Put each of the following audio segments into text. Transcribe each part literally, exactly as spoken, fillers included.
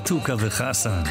חתוכה וחסן.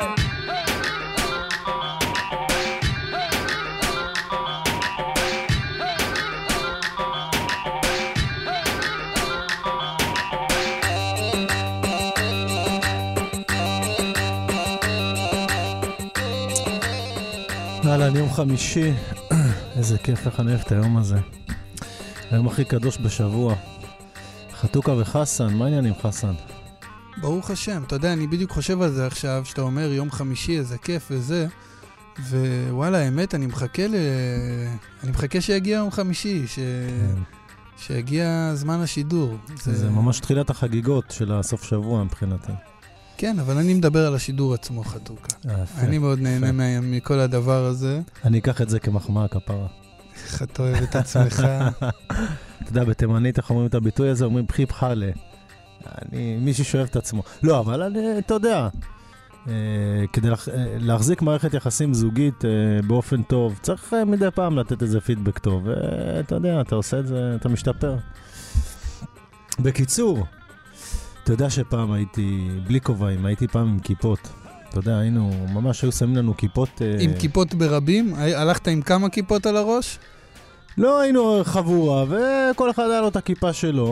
אהלן, יום חמישי, איזה כיף לחנף את היום הזה. היום הכי קדוש בשבוע. חתוכה וחסן, מה העניינים חסן? ברוך השם, אתה יודע, אני בדיוק חושב על זה עכשיו, שאתה אומר יום חמישי, איזה כיף וזה, ווואלה, האמת, אני מחכה ל... אני מחכה שיגיע יום חמישי, ש... שיגיע זמן השידור. זה... זה ממש תחילת החגיגות של הסוף שבוע מבחינתי. כן, אבל אני מדבר על השידור עצמו, חתוכה. אני מאוד נהנה מכל הדבר הזה. אני אקח את זה כמחמאה כפרה. איך אתה אוהב את עצמך. אתה יודע, בתימנית, איך אומרים את הביטוי הזה, אומרים פחי פחלה. אני, מישהו שאוהב את עצמו. לא, אבל אני, אתה יודע, כדי להחזיק מערכת יחסים זוגית באופן טוב, צריך מדי פעם לתת איזה פידבק טוב. ואתה יודע, אתה עושה את זה, אתה משתפר. בקיצור, אתה יודע שפעם הייתי, בלי כובעים, הייתי פעם עם כיפות. אתה יודע, היינו, ממש היו שמים לנו כיפות... עם כיפות ברבים? הלכת עם כמה כיפות על הראש? לא, היינו חבורה, וכל אחד היה לו את הכיפה שלו.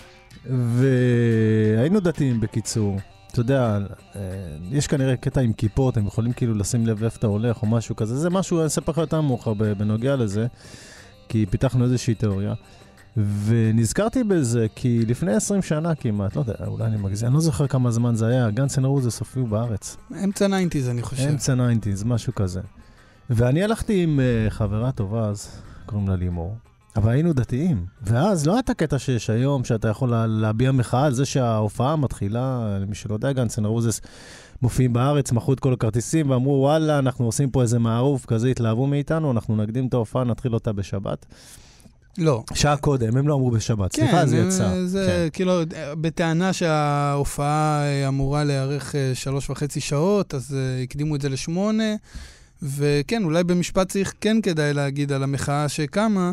והיינו דתיים בקיצור. אתה יודע, יש כנראה קטע עם כיפות, הם יכולים כאילו לשים לב איפה אתה הולך או משהו כזה. זה משהו, אני אספר לך יותר מאוחר בנוגע לזה, כי פיתחנו איזושהי תיאוריה. ונזכרתי בזה כי לפני עשרים שנה כמעט, לא יודע, אולי אני מגזים, אני לא זוכר כמה זמן זה היה, גאנס אנד רוזס סופי בארץ. אמצע תשעים, אני חושב. אמצע תשעים, משהו כזה. ואני הלכתי עם uh, חברה טובה אז, קוראים לה לימור, אבל היינו דתיים. ואז לא הייתה קטע שיש היום, שאתה יכול לה, להביע מחאה על זה שההופעה מתחילה, למי שלא יודע, גאנס אנד רוזס מופיעים בארץ, מכרו את כל הכרטיסים, ואמרו, וואלה, אנחנו עושים פה איזה מערוף כזה, התלהבו מאיתנו, אנחנו נקדים את ההופעה, נתחיל אותה בשבת. לא. שעה קודם, הם לא אמרו בשבת. כן, סליחה, זה יצא. זה כן. כאילו, בטענה שההופעה אמורה להיערך שלוש וחצי שעות, אז הקדימו את זה לשמונה, וכן, אולי במשפט צריך כן כדאי להגיד על המחאה שקמה,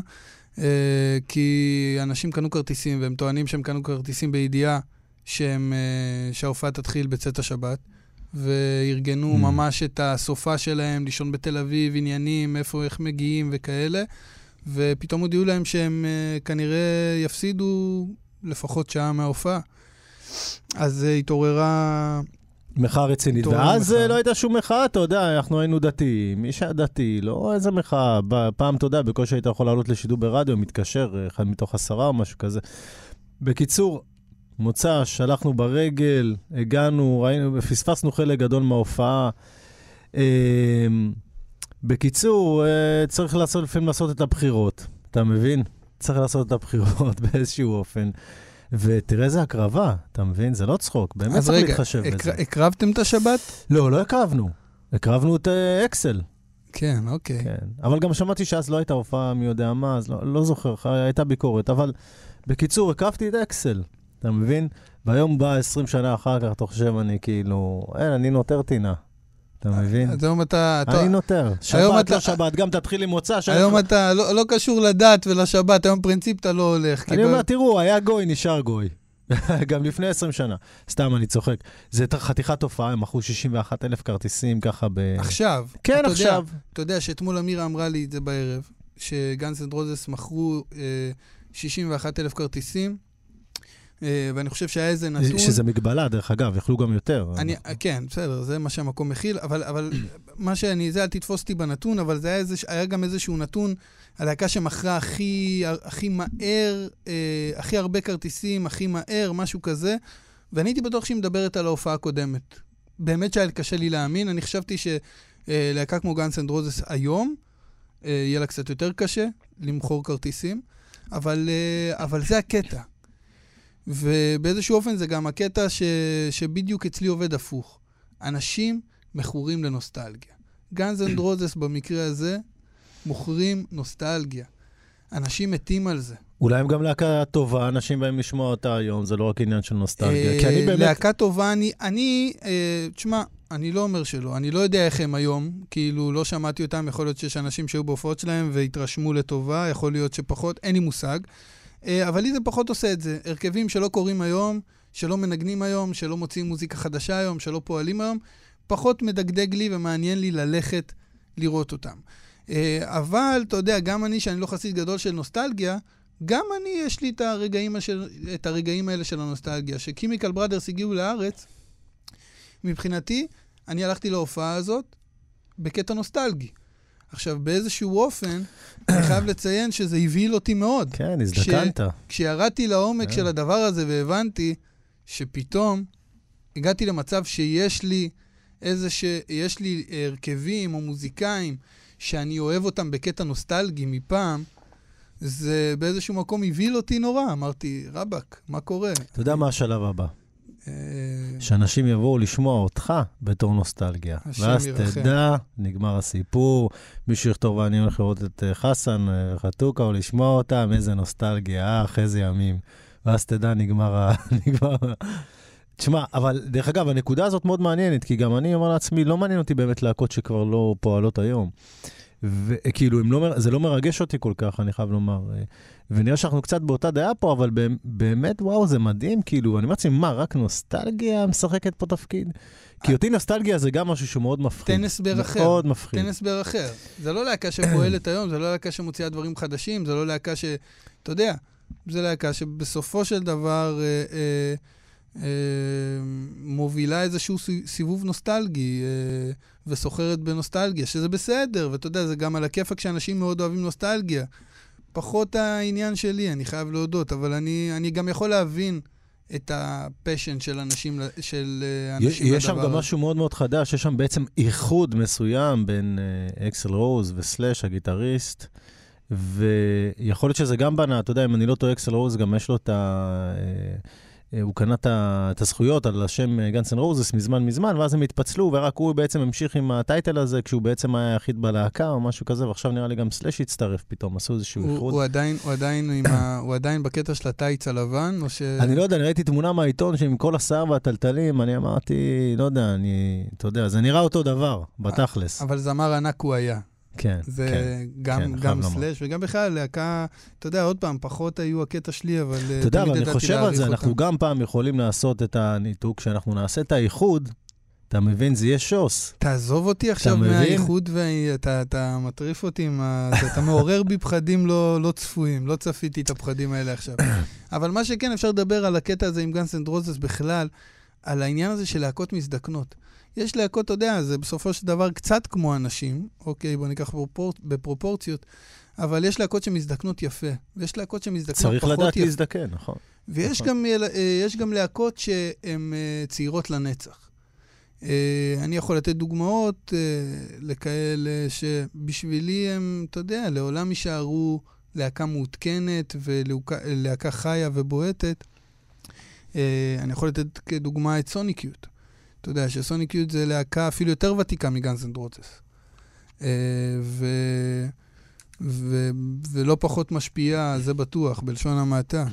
כי אנשים קנו כרטיסים, והם טוענים שהם קנו כרטיסים בידיעה שהם, שההופעה תתחיל בצאת השבת, וארגנו mm. ממש את הסופה שלהם, לישון בתל אביב, עניינים, איפה, איך מגיעים וכאלה, ופתאום הודיעו להם שהם uh, כנראה יפסידו לפחות שעה מההופעה. אז uh, התעוררה... מחאה רצינית. ואז מחאה. לא הייתה שום מחאה, אתה יודע, אנחנו היינו דתיים. מי שהיה דתי, לא איזה מחאה. פעם, אתה יודע, בקושי היית יכול לעלות לשידור ברדיו, מתקשר, אחד מתוך עשרה או משהו כזה. בקיצור, מוצא, שלחנו ברגל, הגענו, ראינו, פספסנו חלק גדול מההופעה. בקיצור, צריך לעשות, לפעמים לעשות את הבחירות. אתה מבין? צריך לעשות את הבחירות באיזשהו אופן. ותראה איזה הקרבה, אתה מבין? זה לא צחוק. באמת צריך רגע, להתחשב הקר... בזה. הקרבתם את השבת? לא, לא הקרבנו. הקרבנו את אקסל. כן, אוקיי. כן. אבל גם שמעתי שאז לא הייתה הופעה מי יודע מה, אז לא, לא זוכר, הייתה ביקורת. אבל בקיצור, הקרבתי את אקסל. אתה מבין? והיום בא עשרים שנה אחר כך, אתה חושב, אני כאילו, אין, אני נותר טינה. אתה מבין? אז היום אתה... אני נותר. שבת, לא שבת, גם תתחיל עם מוצא. היום אתה לא קשור לדת ולשבת, היום פרינציפ אתה לא הולך. אני אומר, תראו, היה גוי, נשאר גוי. גם לפני עשרים שנה. סתם, אני צוחק. זה חתיכת תופעה, הם מכרו שישים ואחד אלף כרטיסים ככה ב... עכשיו. כן, עכשיו. אתה יודע שאתמול אמירה אמרה לי את זה בערב, שגאנס אנד רוזס מכרו שישים ואחד אלף כרטיסים, ואני חושב שהיה איזה נתון... שזה מגבלה, דרך אגב, יכלו גם יותר. אני, כן, בסדר, זה מה שהמקום מכיל, אבל, אבל מה שאני, זה אל תתפוס אותי בנתון, אבל זה היה, איזה, היה גם איזשהו נתון, הלהקה שמכרה הכי, הכי מהר, אה, הכי הרבה כרטיסים, הכי מהר, משהו כזה, ואני הייתי בטוח שהיא מדברת על ההופעה הקודמת. באמת שהיה קשה לי להאמין, אני חשבתי שלהקה כמו גאנס אנד רוזס היום, אה, יהיה לה קצת יותר קשה למכור כרטיסים, אבל, אה, אבל זה הקטע. ובאיזשהו אופן זה גם הקטע ש... שבדיוק אצלי עובד הפוך. אנשים מכורים לנוסטלגיה. גאנס אנד רוזס במקרה הזה מוכרים נוסטלגיה. אנשים מתים על זה. אולי הם גם להקה טובה, אנשים באים לשמוע אותה היום, זה לא רק עניין של נוסטלגיה. כי אני באמת... להקה טובה, אני... אני אה, תשמע, אני לא אומר שלא, אני לא יודע איך הם היום, כאילו לא שמעתי אותם, יכול להיות שיש אנשים שהיו בהופעות שלהם והתרשמו לטובה, יכול להיות שפחות, אין לי מושג. אבל לי זה פחות עושה את זה. הרכבים שלא קוראים היום, שלא מנגנים היום, שלא מוציאים מוזיקה חדשה היום, שלא פועלים היום, פחות מדגדג לי ומעניין לי ללכת לראות אותם. אבל, אתה יודע, גם אני, שאני לא חסיד גדול של נוסטלגיה, גם אני, יש לי את הרגעים, השל, את הרגעים האלה של הנוסטלגיה. שקימיקל בראדרס הגיעו לארץ, מבחינתי, אני הלכתי להופעה הזאת בקטע נוסטלגי. עכשיו, באיזשהו אופן, אני חייב לציין שזה הבהיל אותי מאוד. כן, הזדקנת. כשירדתי לעומק של הדבר הזה והבנתי שפתאום הגעתי למצב שיש לי איזה שיש לי הרכבים או מוזיקאים שאני אוהב אותם בקטע נוסטלגי מפעם, זה באיזשהו מקום הבהיל אותי נורא. אמרתי, רבק, מה קורה? אתה יודע מה השלב הבא? שאנשים יבואו לשמוע אותך בתור נוסטלגיה. ואז תדע, נגמר הסיפור, מישהו יכתוב, אני הולך לראות את חסן, חתוקה, או לשמוע אותם, איזה נוסטלגיה, אך, איזה ימים. ואז תדע, נגמר... תשמע, אבל דרך אגב, הנקודה הזאת מאוד מעניינת, כי גם אני אומר לעצמי, לא מעניין אותי באמת להקות שכבר לא פועלות היום. וכאילו, זה לא מרגש אותי כל כך, אני חייב לומר. ונראה שאנחנו קצת באותה דעה פה, אבל באמת, וואו, זה מדהים, כאילו, אני אומר לעצמי, מה, רק נוסטלגיה משחקת פה תפקיד? כי אותי נוסטלגיה זה גם משהו שהוא מאוד מפחיד. תן הסבר אחר. מאוד מפחיד. תן הסבר אחר. זה לא להקה שפועלת היום, זה לא להקה שמוציאה דברים חדשים, זה לא להקה ש... אתה יודע, זה להקה שבסופו של דבר... מובילה איזשהו סיבוב נוסטלגי וסוחרת בנוסטלגיה, שזה בסדר, ואתה יודע, זה גם על הכיפק שאנשים מאוד אוהבים נוסטלגיה. פחות העניין שלי, אני חייב להודות, אבל אני, אני גם יכול להבין את הפשן של אנשים, של אנשים יש שם גם משהו מאוד מאוד חדש, יש שם בעצם איחוד מסוים בין אקסל רוז וסלש, הגיטריסט, ויכול להיות שזה גם בנה, אתה יודע, אם אני לא טועה, אקסל רוז גם יש לו את ה... הוא קנה את הזכויות על השם גאנס אנד רוזס מזמן מזמן, ואז הם התפצלו, ורק הוא בעצם המשיך עם הטייטל הזה, כשהוא בעצם היה היחיד בלהקה או משהו כזה, ועכשיו נראה לי גם סלש הצטרף פתאום, עשו איזשהו איחוד. הוא עדיין, הוא עדיין עם ה... הוא עדיין בקטע של הטייץ הלבן, או ש... אני לא יודע, אני ראיתי תמונה מהעיתון שעם כל השיער והטלטלים, אני אמרתי, לא יודע, אני... אתה יודע, זה נראה אותו דבר, בתכלס. אבל זמר ענק הוא היה. כן, זה כן, גם, כן, גם סלש, וגם בכלל, להקה, אתה יודע, עוד פעם, פחות היו הקטע שלי, אבל... אתה יודע, אבל אני חושב על זה, אנחנו גם פעם יכולים לעשות את הניתוק, כשאנחנו נעשה את האיחוד, אתה מבין, זה יהיה שוס. תעזוב אותי עכשיו מהאיחוד, ואתה מטריף אותי, אתה מעורר בי פחדים לא צפויים, לא צפיתי את הפחדים האלה עכשיו. אבל מה שכן, אפשר לדבר על הקטע הזה עם גאנס אנד רוזס בכלל, על העניין הזה של להקות מזדקנות. יש להקות, אתה יודע, זה בסופו של דבר קצת כמו אנשים, אוקיי, בוא ניקח בפרופור... בפרופורציות, אבל יש להקות שמזדקנות יפה, ויש להקות שמזדקנות פחות יפה. צריך לדעת להזדקן, נכון. ויש נכון. גם, יש גם להקות שהן צעירות לנצח. אני יכול לתת דוגמאות לכאלה שבשבילי הם, אתה יודע, לעולם יישארו להקה מעודכנת ולהקה חיה ובועטת. אני יכול לתת כדוגמה את סוניק יוט. אתה יודע שסוניק יוט זה להקה אפילו יותר ותיקה מגאנס אנד רוזס. ו... ו... ולא פחות משפיעה, זה בטוח, בלשון המעטה.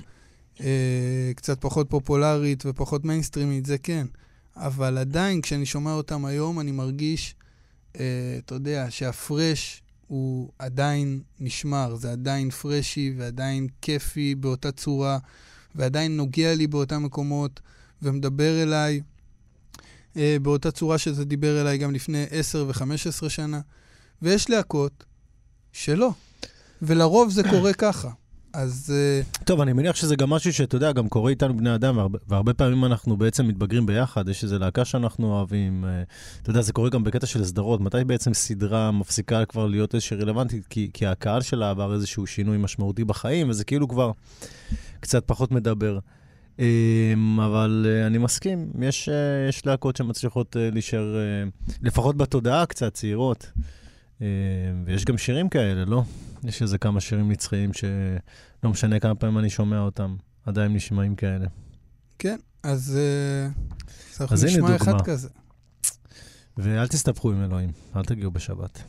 קצת פחות פופולרית ופחות מיינסטרימית, זה כן. אבל עדיין, כשאני שומע אותם היום, אני מרגיש, אתה יודע, שהפרש הוא עדיין נשמר. זה עדיין פרשי ועדיין כיפי באותה צורה, ועדיין נוגע לי באותם מקומות, ומדבר אליי באותה צורה שזה דיבר אליי גם לפני עשר וחמש עשרה שנה. ויש להקות שלא. ולרוב זה קורה ככה. אז... טוב, אני מניח שזה גם משהו שאתה יודע, גם קורה איתנו בני אדם, והרבה, והרבה פעמים אנחנו בעצם מתבגרים ביחד, יש איזו להקה שאנחנו אוהבים, אתה יודע, זה קורה גם בקטע של סדרות, מתי בעצם סדרה מפסיקה כבר להיות איזושהי רלוונטית, כי, כי הקהל שלה עבר איזשהו שינוי משמעותי בחיים, וזה כאילו כבר קצת פחות מדבר. אבל אני מסכים, יש, יש להקות שמצליחות להישאר, לפחות בתודעה קצת צעירות, ויש גם שירים כאלה, לא? יש איזה כמה שירים נצחיים שלא משנה כמה פעמים אני שומע אותם, עדיין נשמעים כאלה. כן, אז אנחנו נשמע אחד כזה. ואל תסתבכו עם אלוהים, אל תגיעו בשבת.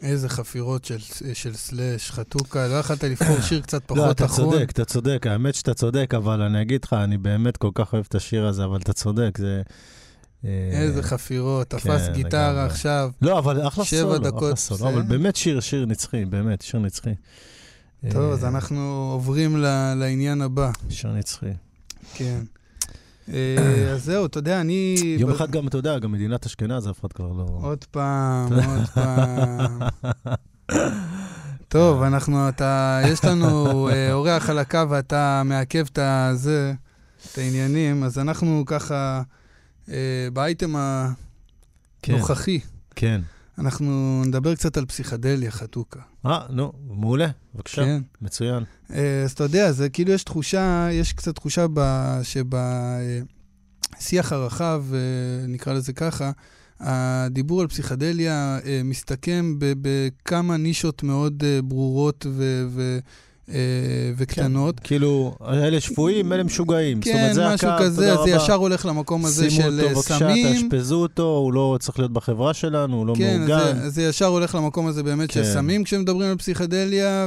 איזה חפירות של, של סלש, חתוקה, לא יכולת לבחור שיר קצת פחות אחרון. לא, אתה צודק, אתה צודק, האמת שאתה צודק, אבל אני אגיד לך, אני באמת כל כך אוהב את השיר הזה, אבל אתה צודק, זה... איזה חפירות, תפס גיטרה עכשיו. לא, אבל אחלה סולו, אחלה סולו, אבל באמת שיר, שיר נצחי, באמת, שיר נצחי. טוב, אז אנחנו עוברים לעניין הבא. שיר נצחי. כן. אז זהו, אתה יודע, אני... יום אחד גם, אתה יודע, גם מדינת אשכנז, אף אחד כבר לא... עוד פעם, עוד פעם. טוב, אנחנו, אתה, יש לנו אורח על הקו ואתה מעכב את הזה, את העניינים, אז אנחנו ככה, באייטם הנוכחי. כן. אנחנו נדבר קצת על פסיכדליה, חתוקה. אה, נו, מעולה, בבקשה, כן. מצוין. אז אתה יודע, זה כאילו יש תחושה, יש קצת תחושה שבשיח הרחב, נקרא לזה ככה, הדיבור על פסיכדליה מסתכם בכמה נישות מאוד ברורות ו... וקטנות. כאילו, אלה שפויים, אלה משוגעים. כן, משהו כזה, זה ישר הולך למקום הזה של סמים. שימו אותו בבקשה, תאשפזו אותו, הוא לא צריך להיות בחברה שלנו, הוא לא מאורגן. כן, זה ישר הולך למקום הזה באמת של סמים כשמדברים על פסיכדליה,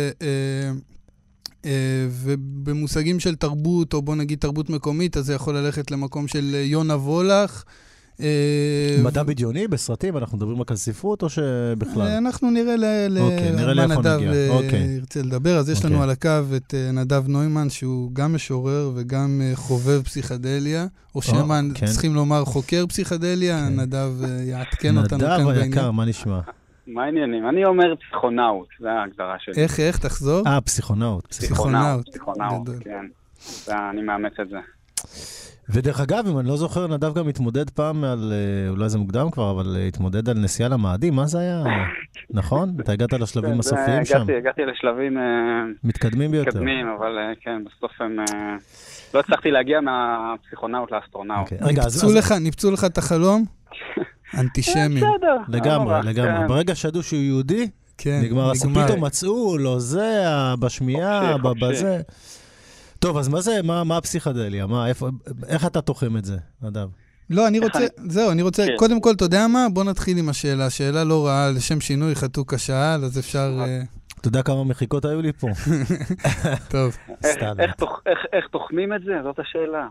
ובמושגים של תרבות, או בוא נגיד תרבות מקומית, אז זה יכול ללכת למקום של יונה וולך, מדע בדיוני בסרטים, אנחנו מדברים רק על ספרות או שבכלל? אנחנו נראה למה נדב ירצה לדבר. אז יש לנו על הקו את נדב נוימן, שהוא גם משורר וגם חובב פסיכדליה, או שמה צריכים לומר חוקר פסיכדליה, נדב יעדכן אותנו כאן בעניין. נדב היקר, מה נשמע? מה העניינים? אני אומר פסיכונאוט, זה ההגדרה שלי. איך, איך, תחזור? אה, פסיכונאוט. פסיכונאוט. פסיכונאוט, כן. אני מאמץ את זה. ודרך אגב, אם אני לא זוכר, נדב גם התמודד פעם על, אולי זה מוקדם כבר, אבל התמודד על נסיעה למאדים, מה זה היה? נכון? אתה הגעת לשלבים הסופיים שם? הגעתי לשלבים מתקדמים ביותר. מתקדמים, אבל כן, בסוף הם... לא הצלחתי להגיע מהפסיכונאוט לאסטרונאוט. ניפצו לך את החלום? אנטישמים. לגמרי, לגמרי. ברגע שידעו שהוא יהודי, נגמר. אז פתאום מצאו לו זה, בשמיעה, בזה... טוב, אז מה זה, מה, מה הפסיכדליה? מה, איפה, איך אתה תוחם את זה, נדב? לא, אני רוצה, זהו, אני רוצה, קודם כל, אתה יודע מה? בוא נתחיל עם השאלה. השאלה לא רעה, לשם שינוי חתוקה שאל, אז אפשר... אתה יודע כמה מחיקות היו לי פה? טוב. איך תוחמים את זה? זאת השאלה.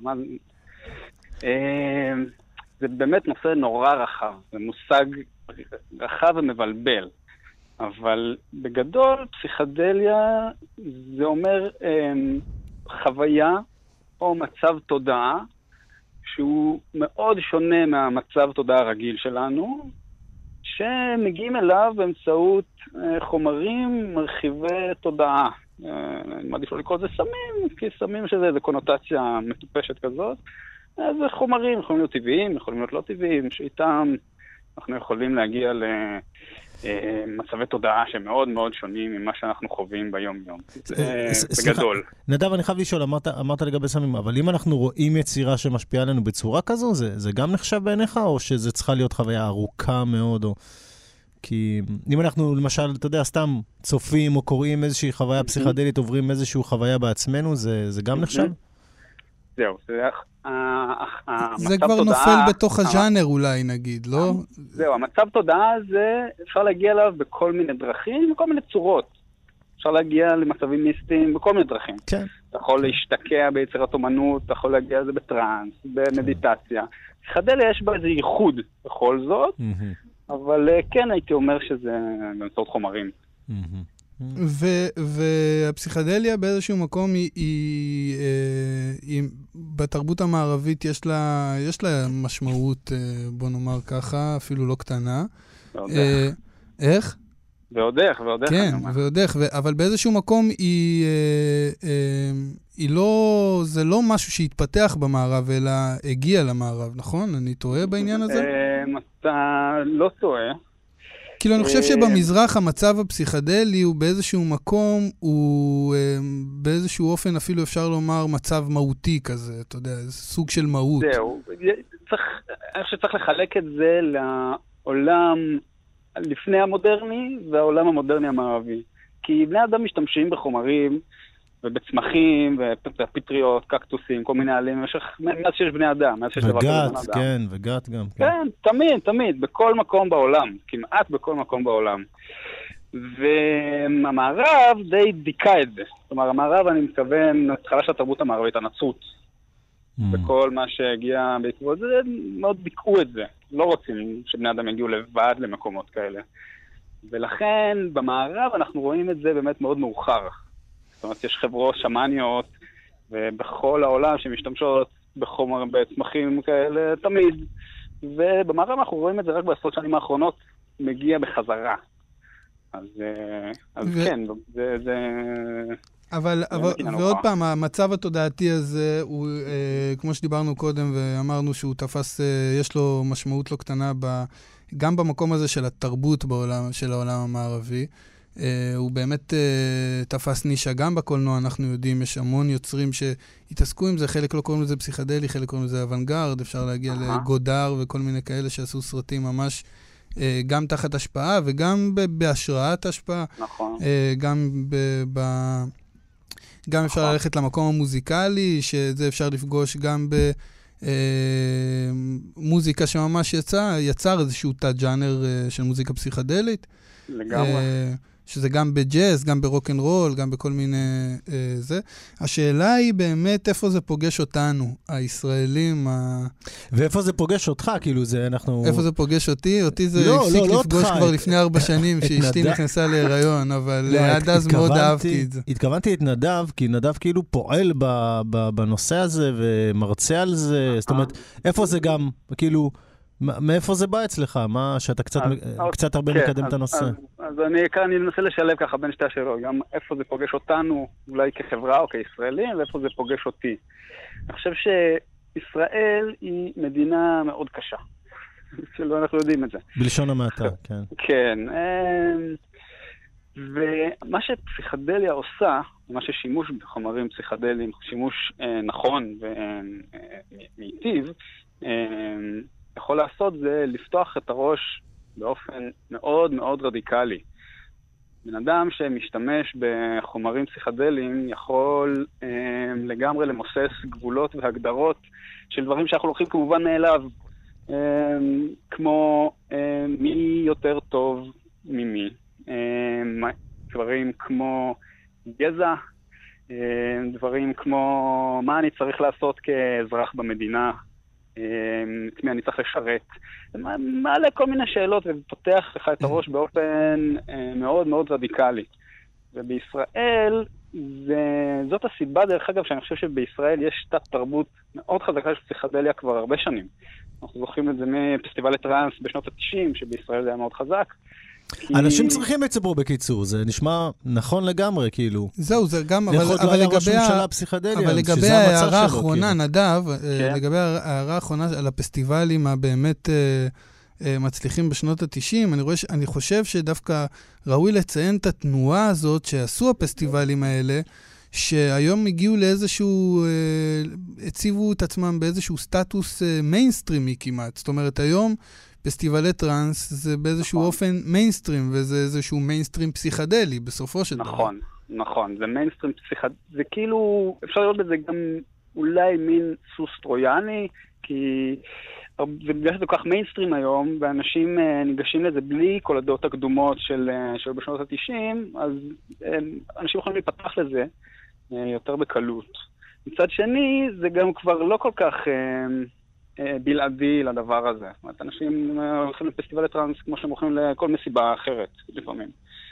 זה באמת נושא נורא רחב, זה מושג רחב ומבלבל. אבל בגדול, פסיכדליה זה אומר... חוויה או מצב תודעה שהוא מאוד שונה מהמצב תודעה הרגיל שלנו, שמגיעים אליו באמצעות חומרים מרחיבי תודעה. אני מעדיף לא לקרוא את זה סמים, כי סמים שזה איזו קונוטציה מטופשת כזאת. אז חומרים יכולים להיות טבעיים, יכולים להיות לא טבעיים, שאיתם אנחנו יכולים להגיע ל... מצבי תודעה שמאוד מאוד שונים ממה שאנחנו חווים ביום-יום. בגדול. נדב, אני חייב לשאול, אמרת לגבי סמים, אבל אם אנחנו רואים יצירה שמשפיעה עלינו בצורה כזו, זה גם נחשב בעיניך, או שזה צריכה להיות חוויה ארוכה מאוד, או... כי אם אנחנו, למשל, אתה יודע, סתם צופים או קוראים איזושהי חוויה פסיכדלית, עוברים איזושהי חוויה בעצמנו, זה גם נחשב? זהו, זה... זה כבר נופל בתוך הז'אנר אולי נגיד, לא? זהו, המצב תודעה הזה, אפשר להגיע אליו בכל מיני דרכים, בכל מיני צורות. אפשר להגיע למצבים מיסטיים בכל מיני דרכים. כן. אתה יכול להשתקע ביצירת אומנות, אתה יכול להגיע לזה בטרנס, במדיטציה. פסיכדליה יש בה איזה ייחוד בכל זאת, אבל כן הייתי אומר שזה באמצעות חומרים. והפסיכדליה באיזשהו מקום היא, בתרבות המערבית יש לה, יש לה משמעות, בוא נאמר ככה, אפילו לא קטנה. איך? ועוד איך, ועוד איך. כן, ועוד איך, אבל באיזשהו מקום היא, היא לא, זה לא משהו שהתפתח במערב, אלא הגיע למערב, נכון? אני טועה בעניין הזה? אתה לא טועה. כאילו, אני חושב שבמזרח המצב הפסיכדלי הוא באיזשהו מקום, הוא באיזשהו אופן אפילו אפשר לומר מצב מהותי כזה, אתה יודע, סוג של מהות. זהו, אני חושב שצריך לחלק את זה לעולם לפני המודרני והעולם המודרני המערבי. כי בני אדם משתמשים בחומרים ובצמחים, ופטריות, קקטוסים, כל מיני עלים, מאז שיש בני אדם, מאז שיש דבר כזה בני אדם. וגת, כן, וגת גם. כן, תמיד, תמיד, בכל מקום בעולם, כמעט בכל מקום בעולם. והמערב די דיכא את זה. זאת אומרת, המערב, אני מתכוון, התחלה של התרבות המערבית, הנצרות. וכל מה שהגיע בעקבות זה, מאוד דיכאו את זה. לא רוצים שבני אדם יגיעו לבד למקומות כאלה. ולכן, במערב אנחנו רואים את זה באמת מאוד מאוחר. זאת אומרת, יש חברות שמאניות, ובכל העולם שמשתמשות בחומר, בצמחים כאלה, תמיד. ובמערב אנחנו רואים את זה רק בעשרות שנים האחרונות, מגיע בחזרה. אז, אז ו... כן, זה... זה... אבל, אבל ועוד פעם, המצב התודעתי הזה, הוא, אה, כמו שדיברנו קודם, ואמרנו שהוא תפס, אה, יש לו משמעות לא קטנה, ב, גם במקום הזה של התרבות בעולם, של העולם המערבי, אה, הוא באמת אה, תפס נישה גם בקולנוע, אנחנו יודעים, יש המון יוצרים שהתעסקו עם זה, חלק לא קוראים לזה פסיכדלי, חלק קוראים לזה אוונגרד, אפשר להגיע uh-huh. לגודר וכל מיני כאלה שעשו סרטים ממש, אה, גם תחת השפעה וגם בהשראת השפעה. נכון. אה, גם ב... ב גם אפשר ללכת למקום המוזיקלי, שזה אפשר לפגוש גם במוזיקה שממש יצא, יצר איזשהו תת-ג'אנר של מוזיקה פסיכדלית. לגמרי. שזה גם בג'אז, גם ברוק-אנד-רול, גם בכל מיני זה. השאלה היא באמת איפה זה פוגש אותנו, הישראלים. ואיפה זה פוגש אותך? כאילו זה אנחנו... איפה זה פוגש אותי? אותי זה הפסיק לפגוש כבר לפני ארבע שנים, שאשתי נכנסה להיריון, אבל עד אז מאוד אהבתי את זה. התכוונתי את נדב, כי נדב כאילו פועל בנושא הזה ומרצה על זה. זאת אומרת, איפה זה גם, כאילו... מאיפה זה בא אצלך? מה שאתה קצת, קצת הרבה מקדם את הנושא? אז אני כאן אנסה לשלב ככה בין שתי השאלות, גם איפה זה פוגש אותנו, אולי כחברה או כישראלים, ואיפה זה פוגש אותי. אני חושב שישראל היא מדינה מאוד קשה. שלא אנחנו יודעים את זה. בלשון המעטה, כן. כן. ומה שפסיכדליה עושה, מה ששימוש בחומרים פסיכדליים, שימוש נכון ומיטיב, יכול לעשות זה לפתוח את הראש באופן מאוד מאוד רדיקלי. בן אדם שמשתמש בחומרים פסיכדליים יכול אה, לגמרי למוסס גבולות והגדרות של דברים שאנחנו לוקחים כמובן מאליו, אה, כמו אה, מי יותר טוב ממי, אה, דברים כמו גזע, אה, דברים כמו מה אני צריך לעשות כאזרח במדינה, את מי אני צריך לשרת. מעלה כל מיני שאלות ופותח לך את הראש באופן מאוד מאוד רדיקלי. ובישראל, זאת הסיבה דרך אגב שאני חושב שבישראל יש תת תרבות מאוד חזקה של פסיכדליה כבר הרבה שנים. אנחנו זוכרים את זה מפסטיבל טרנס בשנות ה-תשעים, שבישראל זה היה מאוד חזק. אנשים צריכים את זה פה בקיצור, זה נשמע נכון לגמרי, כאילו. זהו, זה גם, אבל אבל לגבי ההערה האחרונה, נדב, לגבי ההערה האחרונה על הפסטיבלים הבאמת מצליחים בשנות ה-תשעים, אני חושב שדווקא ראוי לציין את התנועה הזאת שעשו הפסטיבלים האלה, שהיום הגיעו לאיזשהו, הציבו את עצמם באיזשהו סטטוס מיינסטרימי כמעט. זאת אומרת, היום פסטיבלי טרנס זה באיזשהו נכון. אופן מיינסטרים, וזה איזשהו מיינסטרים פסיכדלי בסופו של דבר. נכון, נכון. זה מיינסטרים פסיכדלי. זה כאילו, אפשר לראות בזה גם אולי מין סוס טרויאני, כי זה בגלל שזה כל כך מיינסטרים היום, ואנשים ניגשים לזה בלי כל הדעות הקדומות של, של בשנות ה-תשעים, אז אנשים יכולים להיפתח לזה יותר בקלות. מצד שני, זה גם כבר לא כל כך בלעדי לדבר הזה. זאת אומרת, אנשים הולכים לפסטיבל טרנס כמו שהם הולכים לכל מסיבה אחרת, לפעמים.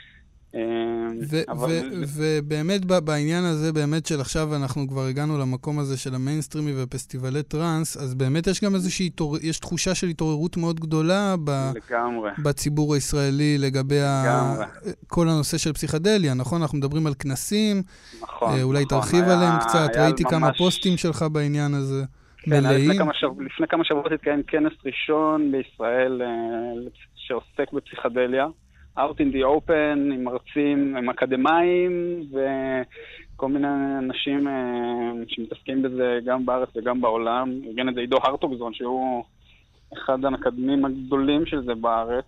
ובאמת בעניין הזה, באמת של עכשיו אנחנו כבר הגענו למקום הזה של המיינסטרימי ופסטיבלי טרנס, אז באמת יש גם איזושהי, יש תחושה של התעוררות מאוד גדולה בציבור הישראלי לגבי כל הנושא של פסיכדליה, נכון? אנחנו מדברים על כנסים, אולי תרחיב עליהם קצת, ראיתי כמה פוסטים שלך בעניין הזה. כן, לפני כמה, שבוע, לפני כמה שבועות התקיים כנס ראשון בישראל שעוסק בפסיכדליה, Out in the Open, עם מרצים, עם אקדמיים וכל מיני אנשים שמתעסקים בזה גם בארץ וגם בעולם. ארגן את זה עידו הרטוגזון, שהוא אחד המקדמים הגדולים של זה בארץ.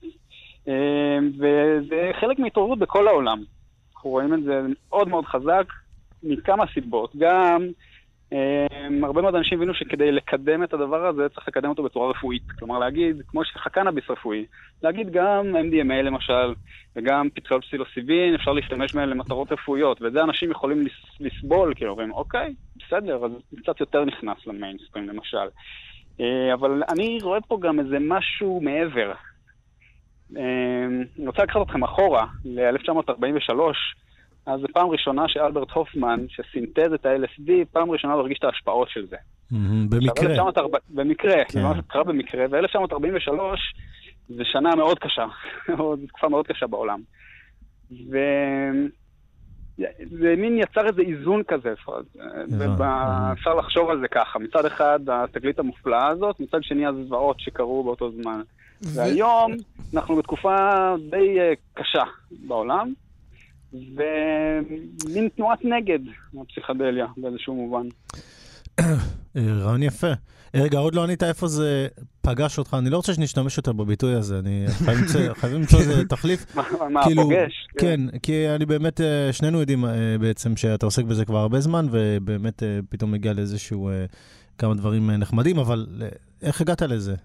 וזה חלק מהתעוררות בכל העולם. אנחנו רואים את זה מאוד מאוד חזק, מכמה סיבות. גם הרבה מאוד אנשים הבינו שכדי לקדם את הדבר הזה, צריך לקדם אותו בצורה רפואית. כלומר, להגיד, כמו שיש לך קנאביס רפואי, להגיד גם אם די אם איי למשל, וגם פטריול פסילוסיבין, אפשר להשתמש מהם למטרות רפואיות, וזה אנשים יכולים לסבול, כאילו, אומרים, אוקיי, בסדר, אז קצת יותר נכנס למיינסטרים, למשל. אבל אני רואה פה גם איזה משהו מעבר. אני רוצה לקחת אתכם אחורה, ל-אלף תשע מאות ארבעים ושלוש, אז זו פעם ראשונה שאלברט הופמן, שסינתז את ה-אל אס די, פעם ראשונה הוא הרגיש את ההשפעות של זה. במקרה. במקרה, זה מה שקרה במקרה, ו-אלף תשע מאות ארבעים ושלוש זה שנה מאוד קשה, תקופה מאוד קשה בעולם. וזה מין יצר איזה איזון כזה, אפשר לחשוב על זה ככה, מצד אחד התגלית המופלאה הזאת, מצד שני הזוועות שקרו באותו זמן. והיום אנחנו בתקופה די קשה בעולם, ומין תנועת נגד הפסיכדליה באיזשהו מובן. רעיון יפה. רגע, עוד לא ענית איפה זה פגש אותך, אני לא רוצה שנשתמש יותר בביטוי הזה, אני חייבים למצוא איזה תחליף. מה, פוגש? כן, כי אני באמת, שנינו יודעים בעצם שאתה עוסק בזה כבר הרבה זמן, ובאמת פתאום מגיע לאיזשהו כמה דברים נחמדים, אבל איך הגעת לזה?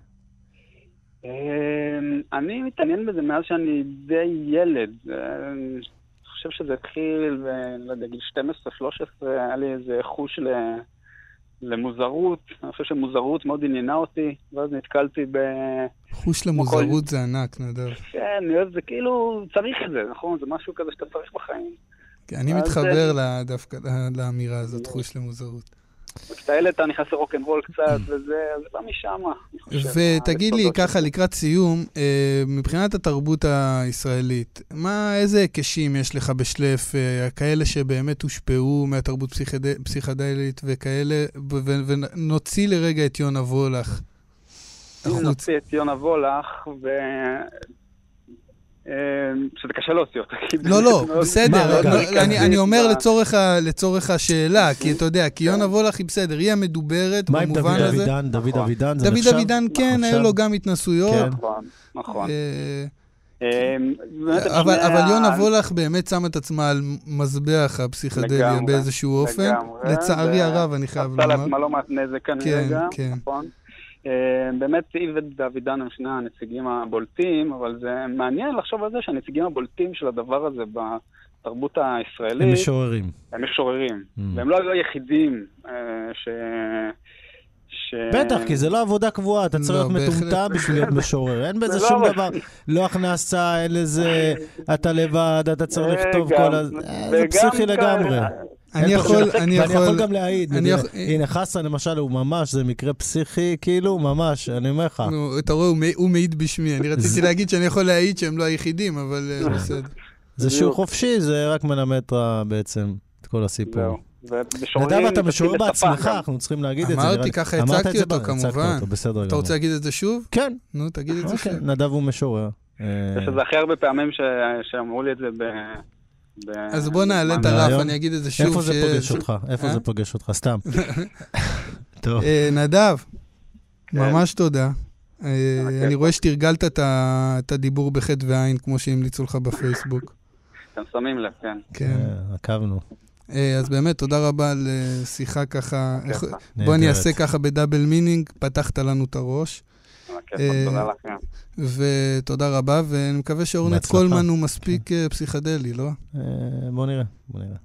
אני מתעניין בזה מאז שאני די ילד. אני חושב שזה התחיל, לא יודע, גיל שתים עשרה שלוש עשרה, היה לי איזה חוש ל... למוזרות, אני חושב שמוזרות מאוד עניינה אותי, ואז נתקלתי ב... חוש למוזרות זה ענק, נדב. כן, זה כאילו, צריך את זה, נכון? זה משהו כזה שאתה צריך בחיים. אני מתחבר דווקא לאמירה הזאת, חוש למוזרות. כשאתה ילד אתה נכנס לרוק'נ'רול קצת, וזה בא משם. ותגיד לי ככה, לקראת סיום, מבחינת התרבות הישראלית, מה, איזה הקשים יש לך בשלף, כאלה שבאמת הושפעו מהתרבות פסיכדלית וכאלה, ונוציא לרגע את יונה וולך. נוציא את יונה וולך, ו... שזה קשה להוציא אותה. לא, לא, בסדר. אני אומר לצורך השאלה, כי אתה יודע, כי יונה וולך היא בסדר, היא המדוברת במובן הזה. מה עם דוד אבידן? דוד אבידן, כן, היה לו גם התנסויות. נכון, נכון. אבל יונה וולך באמת שם את עצמה על מזבח הפסיכדליה באיזשהו אופן. לצערי הרב, אני חייב לומר. עשה לעצמה לא מעט נזק כנראה גם, נכון. באמת היא ודוידן הם שני הנציגים הבולטים, אבל זה מעניין לחשוב על זה שהנציגים הבולטים של הדבר הזה בתרבות הישראלית הם משוררים. הם משוררים, והם לא היחידים ש... בטח, כי זה לא עבודה קבועה, אתה צריך להיות מטומטם בשביל להיות משורר, אין בזה שום דבר, לא הכנסה, אין לזה, אתה לבד, אתה צריך לכתוב כל הזה, זה פסיכי לגמרי. אני יכול, אני יכול... ואני יכול גם להעיד, הנה חסן למשל הוא ממש, זה מקרה פסיכי, כאילו, ממש, אני אומר לך. אתה רואה, הוא מעיד בשמי, אני רציתי להגיד שאני יכול להעיד שהם לא היחידים, אבל בסדר. זה שהוא חופשי, זה רק מלמד בעצם את כל הסיפור. נדב, אתה משורר בעצמך, אנחנו צריכים להגיד את זה. אמרתי, ככה הצגתי אותו כמובן. אתה רוצה להגיד את זה שוב? כן. נו, תגיד את זה שוב. נדב הוא משורר. שזה הכי הרבה פעמים שאמרו לי את זה ב... אז בוא נעלה את הרף, אני אגיד את זה שוב. איפה זה פוגש אותך? איפה זה פוגש אותך? סתם. טוב. נדב, ממש תודה. אני רואה שתרגלת את הדיבור בחטא ועין, כמו שהמליצו לך בפייסבוק. אתם שמים לב, כן. כן. עקבנו. אז באמת, תודה רבה על שיחה ככה. בוא אני אעשה ככה בדאבל מינינג, פתחת לנו את הראש. תודה לכם. ותודה רבה, ואני מקווה שאורנט קולמן הוא מספיק פסיכדלי, לא? בוא נראה, בוא נראה.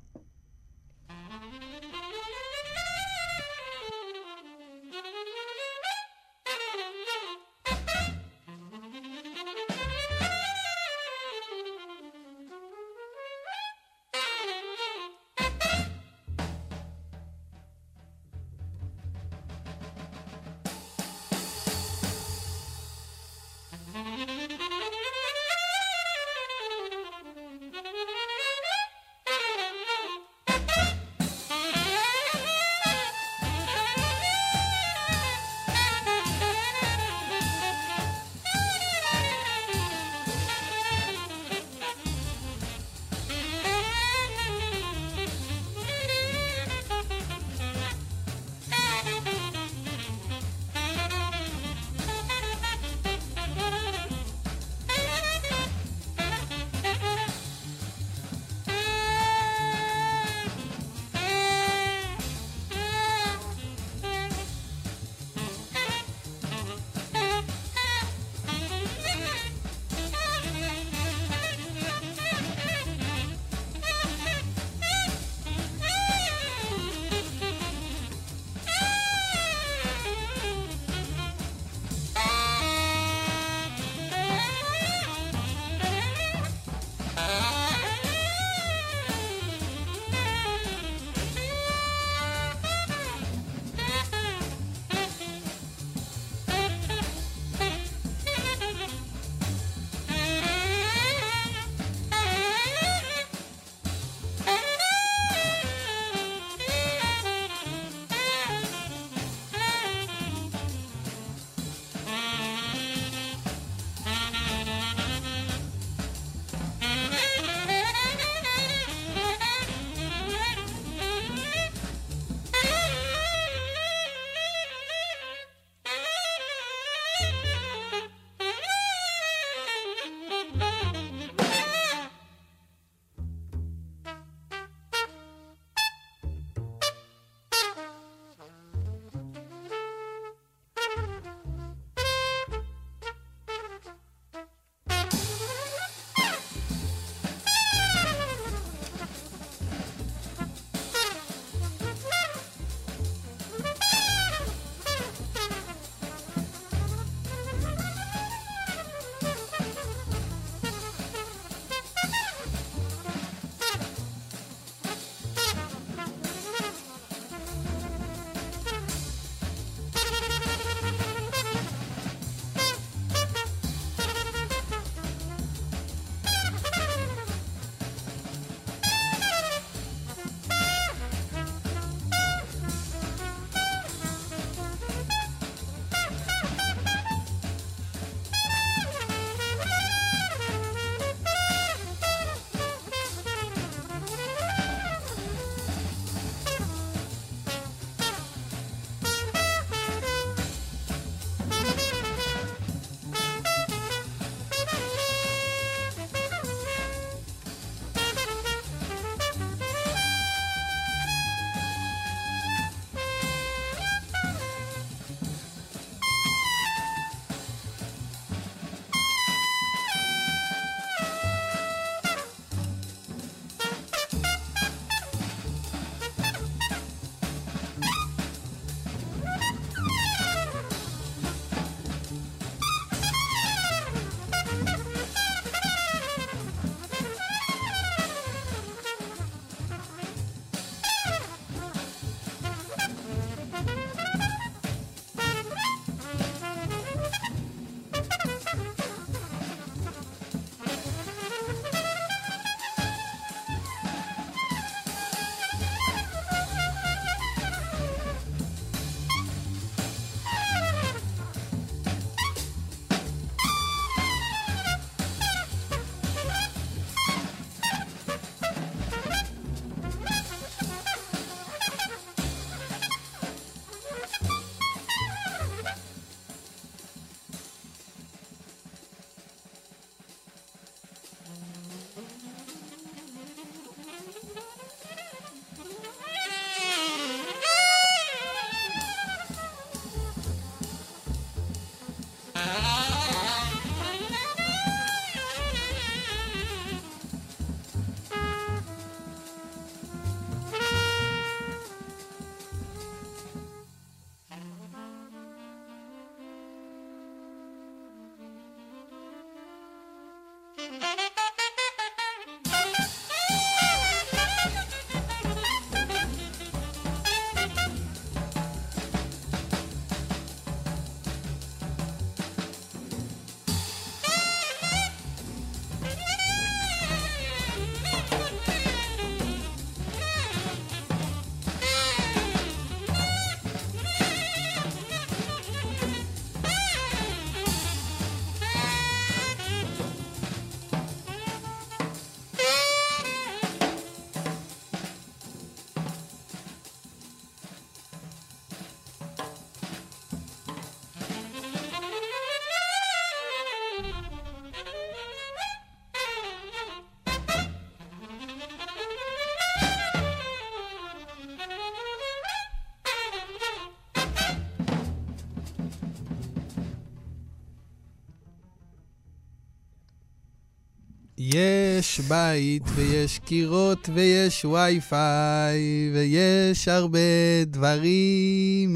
יש בית ויש קירות ויש וי-פיי ויש הרבה דברים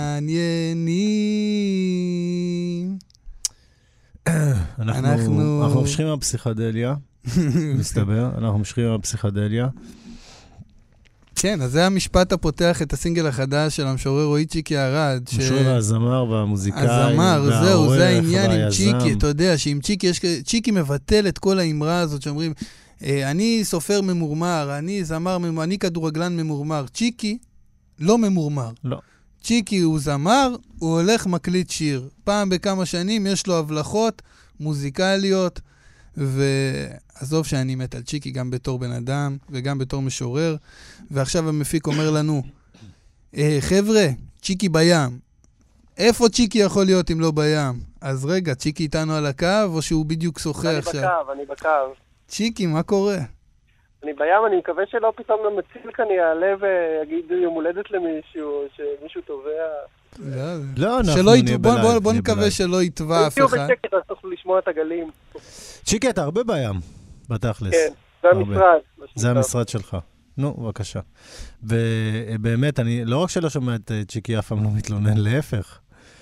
מעניינים. אנחנו ממשיכים עם הפסיכדליה, מסתבר, אנחנו ממשיכים עם הפסיכדליה. כן, אז זה המשפט הפותח את הסינגל החדש של המשורר רועי צ'יקי ארד. המשורר הזמר והמוזיקאי. הזמר, זהו, זה העניין עם צ'יקי, אתה יודע, שעם צ'יקי יש, צ'יקי מבטל את כל האמרה הזאת שאומרים, אני סופר ממורמר, אני זמר, אני כדורגלן ממורמר. צ'יקי לא ממורמר. לא. צ'יקי הוא זמר, הוא הולך מקליט שיר. פעם בכמה שנים יש לו הבלחות מוזיקליות, ועזוב שאני מת על צ'יקי גם בתור בן אדם וגם בתור משורר, ועכשיו המפיק אומר לנו, אה, חבר'ה, צ'יקי בים. איפה צ'יקי יכול להיות אם לא בים? אז רגע, צ'יקי איתנו על הקו או שהוא בדיוק שוחה עכשיו? אני בקו, אני בקו. צ'יקי, מה קורה? אני בים, אני מקווה שלא פתאום המציל כאן יעלה ויגיד יום הולדת למישהו, שמישהו תובע. לא, אנחנו נהיה בלייב. בוא נקווה שלא יתבע אף אחד. תהיו בשקט, אז תוכלו לשמוע את הגלים. צ'יקי, אתה הרבה בים, בתכלס. כן, זה המשרד. זה המשרד שלך. נו, בבקשה. ובאמת, אני לא רק שלא שומע את צ'יקי אף פעם לא מתלונן, להפך.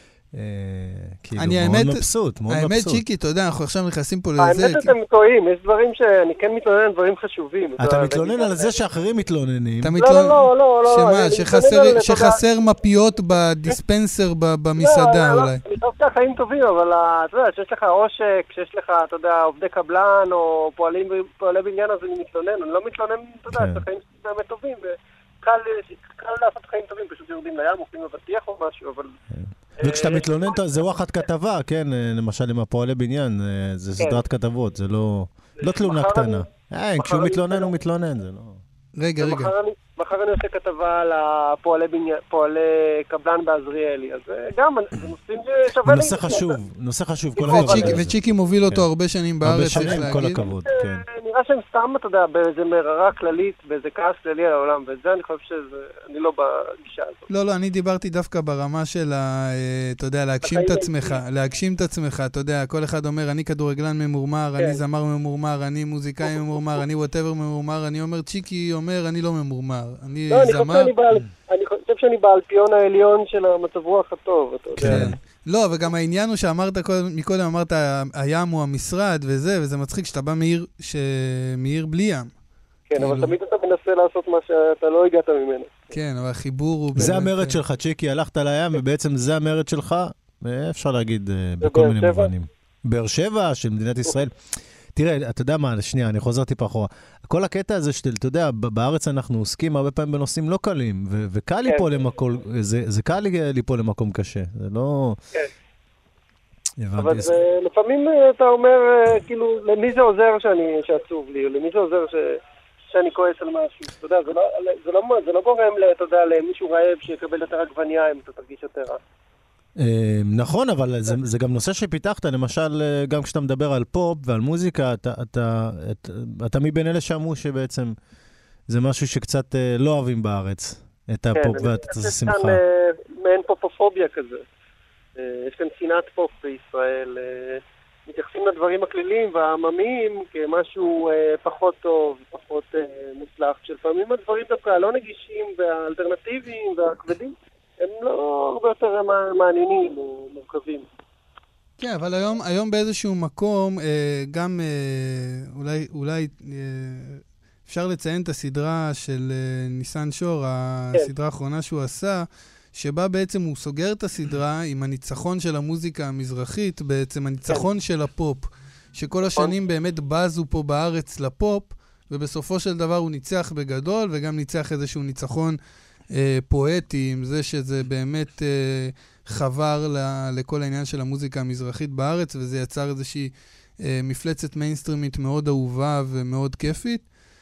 כאילו, מאוד מבסוט, מאוד מבסוט. האמת, צ'יקי, אתה יודע, אנחנו עכשיו נכנסים פה לזה. האמת שאתם טועים, יש דברים שאני כן מתלונן על דברים חשובים. אתה מתלונן על זה שאחרים מתלוננים. לא, לא, לא, לא. שמה, שחסר מפיות בדיספנסר במסעדה אולי. אני חושב שהחיים טובים, אבל אתה יודע, שיש לך עושק, שיש לך, אתה יודע, עובדי קבלן או פועלי בניין, אז אני מתלונן. אני לא מתלונן, אתה יודע, שהחיים באמת טובים, וקל לעשות חיים טובים, פשוט יורדים לים, אוכלים בבטיח או משהו, אבל... וכשאתה מתלונן, זה וואחד כתבה, כן, למשל עם הפועלי בניין, זה סדרת כתבות, זה לא תלונה קטנה. כשהוא מתלונן, הוא מתלונן, זה לא... רגע, רגע. מחר אני עושה כתבה על הפועלי קבלן בעזריאלי, אז גם, זה נושאים ששווה לי. נושא חשוב, נושא חשוב. וצ'יקי מוביל אותו הרבה שנים בארץ, צריך להגיד. הרבה שנים, כל הכבוד, כן. נראה שהם סתם, אתה יודע, באיזה מררה כללית, באיזה כעס כללי על העולם, וזה אני חושב שזה, אני לא בגישה הזאת. לא, לא, אני דיברתי דווקא ברמה של, אתה יודע, להגשים את עצמך, להגשים את עצמך, אתה יודע, כל אחד אומר, אני כדורגלן ממורמר, אני זמר ממורמר, אני מוזיקאי ממורמר, אני whatever ממורמר, אני אומר, צ'יקי אומר, אני לא ממורמר, אני זמר. אני חושב שאני באלפיון העליון של המצב רוח הטוב, אתה יודע. לא, וגם העניין הוא שאמרת, מקודם אמרת, הים הוא המשרד וזה, וזה מצחיק שאתה בא מעיר בלי ים. כן, אבל תמיד אתה מנסה לעשות מה שאתה לא הגעת ממנו. כן, אבל החיבור הוא... זה המרד שלך, צ'יקי, הלכת לים, ובעצם זה המרד שלך, אפשר להגיד בכל מיני מובנים. באר שבע של מדינת ישראל. תראה, אתה יודע מה, שנייה, אני חוזר טיפה אחורה. כל הקטע הזה שאתה, אתה יודע, בארץ אנחנו עוסקים הרבה פעמים בנושאים לא קלים, וקל ליפול למקום, זה קל ליפול למקום קשה, זה לא... כן. אבל לפעמים אתה אומר, כאילו, למי זה עוזר שעצוב לי, או למי זה עוזר שאני כועס על משהו, אתה יודע, זה לא גורם, אתה יודע, למישהו רעב שיקבל יותר עגבניה אם אתה תרגיש יותר רע. נכון, אבל זה, זה גם נושא שפיתחת, למשל, גם כשאתה מדבר על פופ ועל מוזיקה, אתה, אתה, אתה, אתה מבין אלה שאמרו שבעצם זה משהו שקצת לא אוהבים בארץ, את הפופ ואת השמחה. יש כאן מעין פופופוביה כזה. יש כאן שנאת פופ בישראל. מתייחסים לדברים הכלליים והעממיים כמשהו פחות טוב, פחות מוצלח, שלפעמים הדברים דווקא לא נגישים והאלטרנטיביים והכבדים. הם לא הרבה יותר מעניינים או מורכבים. כן, אבל היום, היום באיזשהו מקום, גם אולי, אולי אפשר לציין את הסדרה של ניסן שור, הסדרה האחרונה שהוא עשה, שבה בעצם הוא סוגר את הסדרה עם הניצחון של המוזיקה המזרחית, בעצם הניצחון של הפופ, שכל השנים באמת בזו פה בארץ לפופ, ובסופו של דבר הוא ניצח בגדול, וגם ניצח איזשהו ניצחון פואטי, עם זה שזה באמת חבר לכל העניין של המוזיקה המזרחית בארץ, וזה יצר איזושהי מפלצת מיינסטרימית מאוד אהובה ומאוד כיפית.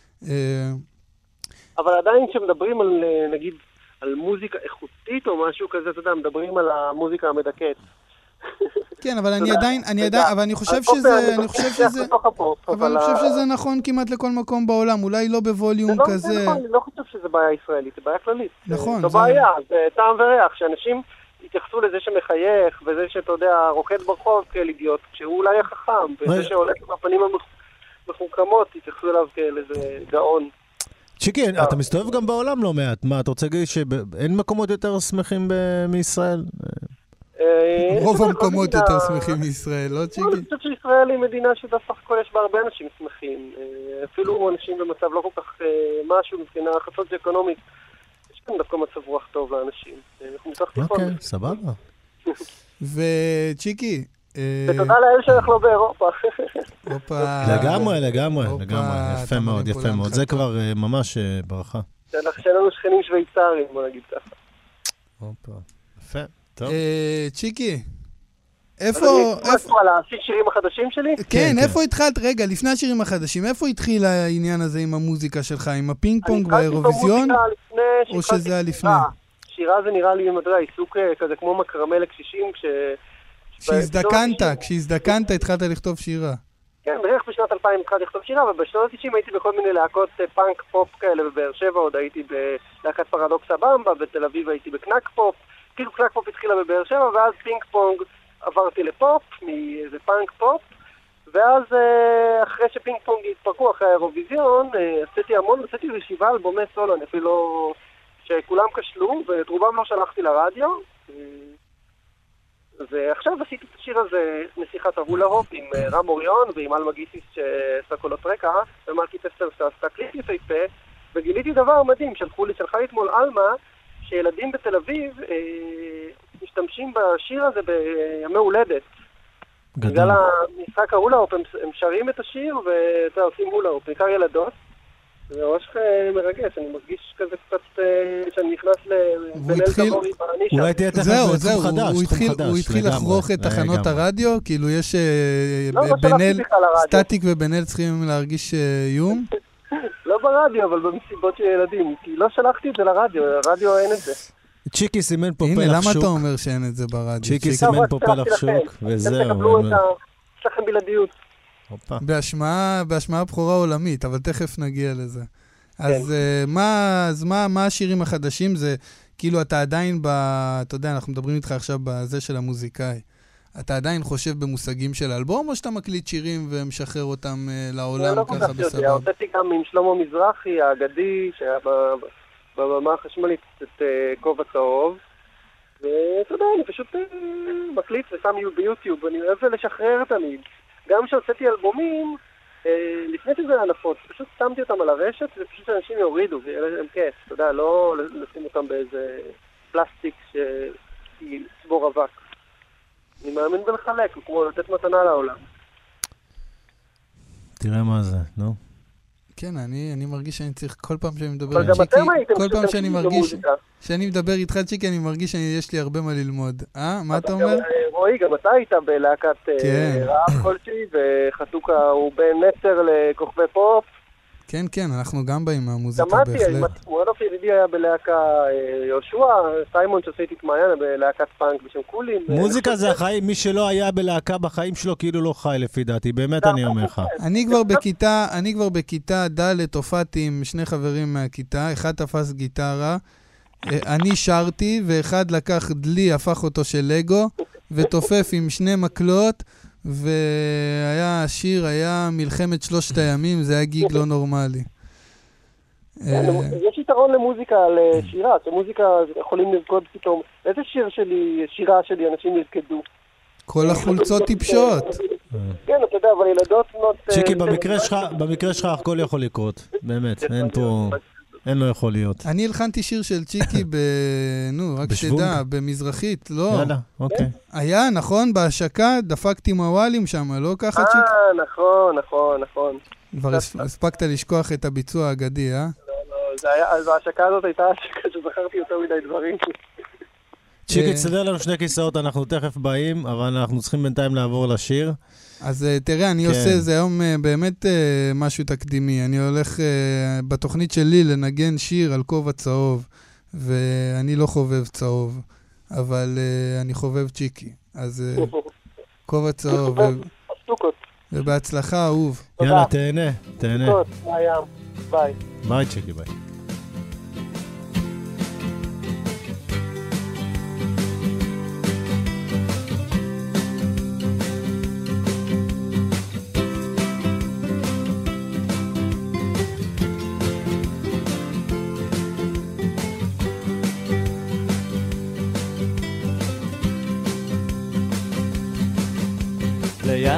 אבל עדיין כשמדברים על, נגיד, על מוזיקה איכותית או משהו כזה, אתה יודע, מדברים על המוזיקה המדכאת. כן, אבל אני עדיין, אני עדיין, אבל אני חושב שזה, אני חושב שזה, אבל אני חושב שזה נכון כמעט לכל מקום בעולם, אולי לא בווליום כזה. זה נכון, אני לא חושב שזה בעיה ישראלית, זה בעיה כללית. נכון. זו בעיה, זה טעם וריח, שאנשים התייחסו לזה שמחייך, וזה שאתה יודע, רוקד ברחוב כאל אידיוט, כשהוא אולי החכם, וזה שהולך עם הפנים מחוכמות, התייחסו אליו כאל איזה גאון. צ'יקי, אתה מסתובב גם בעולם לא מעט. מה, אתה רוצה להגיד שאין מקומות יותר שמחים מישראל? רוב המקומות יותר שמחים מישראל, לא צ'יקי? אני חושב שישראל היא מדינה שבסך הכל יש בה הרבה אנשים שמחים. אפילו אנשים במצב לא כל כך משהו מבחינה סוציו-אקונומית. יש כאן דווקא מצב רוח טוב לאנשים. אוקיי, סבבה. וצ'יקי, ותודה לאל שאנחנו לא באירופה. לגמרי, לגמרי, לגמרי. יפה מאוד, יפה מאוד. זה כבר ממש ברכה. שאין לנו שכנים שוויצרים, בוא נגיד ככה. הופה, יפה, טוב. צ'יקי, איפה... איפה על השירים החדשים שלי? כן, איפה התחלת? רגע, לפני השירים החדשים, איפה התחיל העניין הזה עם המוזיקה שלך? עם הפינג פונג באירוויזיון? או שזה היה לפני? שירה זה נראה לי מדרה, עיסוק כזה כמו מקרמל לקשישים, כש... כשהזדקנת, כשהזדקנת התחלת לכתוב שירה. כן, בערך בשנת אלפיים התחלתי לכתוב שירה, ובשנות ה-תשעים הייתי בכל מיני להקות פאנק פופ כאלה, בבאר שבע עוד הייתי בלהקת פרדוקס הבמבה, בתל אביב הייתי בקנק פופ, כאילו קנק פופ התחילה בבאר שבע, ואז פינג פונג עברתי לפופ, מאיזה פאנק פופ, ואז אחרי שפינג פונג התפרקו אחרי האירוויזיון, עשיתי המון, עשיתי איזה שבעה אלבומי סולו, אני אפילו שכולם כשלו, ואת רובם לא שלחתי לרדיו, ועכשיו עשיתי את השיר הזה, נסיכת ההולה הופ, עם רם אוריון ועם אלמה גיסיס שעשה קולות רקע, ומרקי טסטר שעשתה קליפ יפהפה, וגיליתי דבר מדהים, שלחו לי, שלחה לי אתמול אלמה, שילדים בתל אביב אה, משתמשים בשיר הזה בימי הולדת. גדול. בגלל המשחק ההולה הופ, הם, הם שרים את השיר ואתה עושים הולה הופ, בעיקר ילדות. זה ממש מרגש, אני מרגיש כזה קצת שאני נכנס לבנאל תבורי בנישה. אולי תהיה תכף תחום חדש, תחום חדש. הוא התחיל לחרוך את תחנות הרדיו, כאילו יש בנאל, סטטיק ובנאל צריכים להרגיש איום? לא ברדיו, אבל במסיבות של ילדים, כי לא שלחתי את זה לרדיו, לרדיו אין את זה. צ'יקי סימן פה פלח שוק. הנה, למה אתה אומר שאין את זה ברדיו? צ'יקי סימן פה פלח שוק, וזהו. אתם תקבלו את ה... יש לכם בלעדיות. בהשמעה, בהשמעה בחורה עולמית, אבל תכף נגיע לזה. אז מה השירים החדשים? זה כאילו אתה עדיין, אתה יודע, אנחנו מדברים איתך עכשיו בזה של המוזיקאי. אתה עדיין חושב במושגים של אלבום, או שאתה מקליט שירים ומשחרר אותם לעולם ככה בסבב? הוצאתי גם עם שלמה מזרחי, האגדי, שהיה בבמה החשמלית את כובע צהוב. ואתה יודע, אני פשוט מקליט ושם ביוטיוב, ואני אוהב לשחרר תמיד. גם כשהוצאתי אלבומים, לפני שזה היה נפוץ, פשוט שמתי אותם על הרשת, ופשוט שאנשים יורידו, ויהיה להם כיף, אתה יודע, לא לשים אותם באיזה פלסטיק שיצבור אבק. אני מאמין בלחלק, כמו לתת מתנה לעולם. תראה מה זה, נו. כן, אני, אני מרגיש שאני צריך, כל פעם שאני מדבר עם צ'יקי, כל פעם שאני מרגיש, שאני מדבר איתך צ'יקי, אני מרגיש שיש לי הרבה מה ללמוד. אה? מה אתה אומר? רועי, גם אתה היית בלהקת רעב כלשהי, וחתוקה הוא בין נצר לכוכבי פופ. כן, כן, אנחנו גם באים מהמוזיקה בהחלט. שמעתי, מועדוף ידידי היה בלהקה יהושע, סיימון שעשיתי את מעיין בלהקת פאנק בשם קולים. מוזיקה זה החיים, מי שלא היה בלהקה בחיים שלו כאילו לא חי לפי דעתי, באמת אני אומר לך. אני כבר בכיתה, אני כבר בכיתה ד' הופעתי עם שני חברים מהכיתה, אחד תפס גיטרה, אני שרתי, ואחד לקח דלי, הפך אותו של לגו, ותופף עם שני מקלות, והיה השיר, היה מלחמת שלושת הימים, זה היה גיג לא נורמלי. יש יתרון למוזיקה, לשירה, שמוזיקה יכולים לרקוד פתאום. איזה שיר שלי, שירה שלי, אנשים ירקדו? כל החולצות טיפשות. כן, אתה יודע, אבל ילדות... צ'יקי, במקרה שלך הכל יכול לקרות, באמת, אין פה... אין לא יכול להיות. אני הלחנתי שיר של צ'יקי ב... נו, רק שתדע, במזרחית, לא. יאללה, אוקיי. היה, נכון, בהשקה, דפקתי מוואלים שם, לא ככה צ'יקי? אה, נכון, נכון, נכון. כבר הספקת לשכוח את הביצוע האגדי, אה? לא, לא, אז ההשקה הזאת הייתה השקה שזכרתי יותר מדי דברים. צ'יקי, תסדר לנו שני כיסאות, אנחנו תכף באים, אבל אנחנו צריכים בינתיים לעבור לשיר. אז תראה, אני עושה זה היום באמת משהו תקדימי. אני הולך בתוכנית שלי לנגן שיר על כובע צהוב, ואני לא חובב צהוב, אבל אני חובב צ'יקי. אז כובע צהוב, ובהצלחה, אהוב. יאללה, תהנה, תהנה. ביי. ביי, צ'יקי, ביי.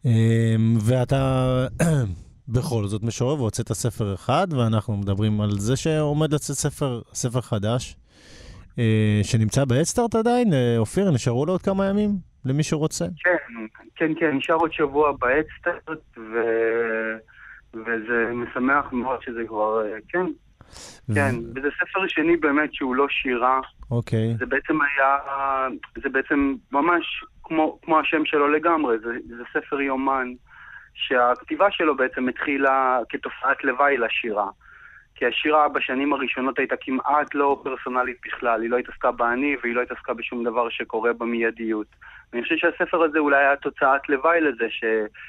ואתה בכל זאת משורר והוצאת ספר אחד, ואנחנו מדברים על זה שעומד לצאת ספר, ספר חדש, שנמצא בהדסטארט עדיין. אופיר, נשארו לו עוד כמה ימים למי שרוצה? כן, כן, כן, נשאר עוד שבוע בהדסטארט, ו... וזה משמח מאוד שזה כבר, כן, כן, וזה ספר שני באמת שהוא לא שירה. אוקיי. זה בעצם היה, זה בעצם ממש כמו, כמו השם שלו לגמרי, זה, זה ספר יומן, שהכתיבה שלו בעצם התחילה כתופעת לוואי לשירה. כי השירה בשנים הראשונות הייתה כמעט לא פרסונלית בכלל, היא לא התעסקה באני והיא לא התעסקה בשום דבר שקורה במיידיות. ואני חושב שהספר הזה אולי היה תוצאת לוואי לזה ש...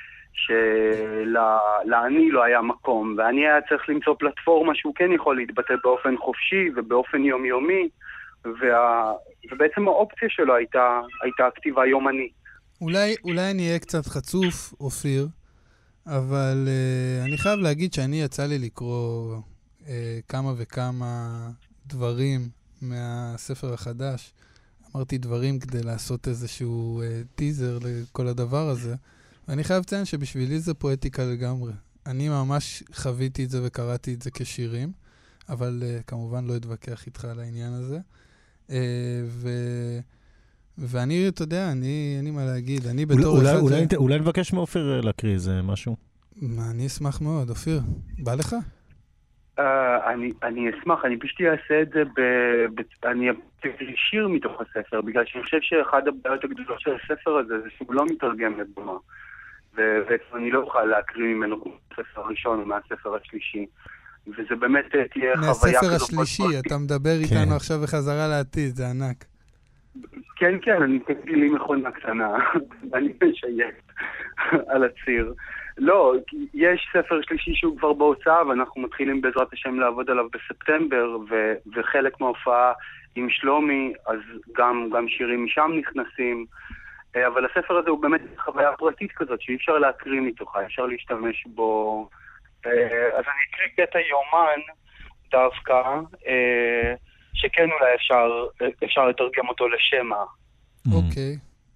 שלעני לא היה מקום, ואני היה צריך למצוא פלטפורמה שהוא כן יכול להתבטא באופן חופשי ובאופן יומיומי, וה... ובעצם האופציה שלו הייתה, הייתה כתיבה יומני. אולי, אולי אני אהיה קצת חצוף, אופיר, אבל uh, אני חייב להגיד שאני יצא לי לקרוא uh, כמה וכמה דברים מהספר החדש. אמרתי דברים כדי לעשות איזשהו uh, טיזר לכל הדבר הזה, ואני חייב לציין שבשבילי זה פואטיקה לגמרי. אני ממש חוויתי את זה וקראתי את זה כשירים, אבל uh, כמובן לא אתווכח איתך על העניין הזה. Uh, ו... ואני, אתה יודע, אני, אין לי מה להגיד. אני בתור אולי, אחד... אולי, זה... אולי נבקש מאופיר להקריא איזה משהו. מה, אני אשמח מאוד. אופיר, בא לך? Uh, אני, אני אשמח, אני פשוט אעשה את זה ב... ב אני אעשה שיר מתוך הספר, בגלל שאני חושב שאחד הבעיות הגדולות של הספר הזה זה שהוא לא מתרגם לבמה. ואני לא אוכל להקריא ממנו מהספר הראשון או מהספר השלישי. וזה באמת תהיה חוויה כזאת. מהספר השלישי, אתה מדבר איתנו עכשיו בחזרה לעתיד, זה ענק. כן, כן, אני תגיד לי מכונה קטנה, אני משייך על הציר. לא, יש ספר שלישי שהוא כבר בהוצאה, ואנחנו מתחילים בעזרת השם לעבוד עליו בספטמבר, ו- וחלק מההופעה עם שלומי, אז גם, גם שירים משם נכנסים. אבל הספר הזה הוא באמת חוויה פרטית כזאת, שאי אפשר להקריא מתוכה, אפשר להשתמש בו. אז אני אקריא קטע יומן דווקא, שכן אולי אפשר, אפשר לתרגם אותו לשמה. אוקיי.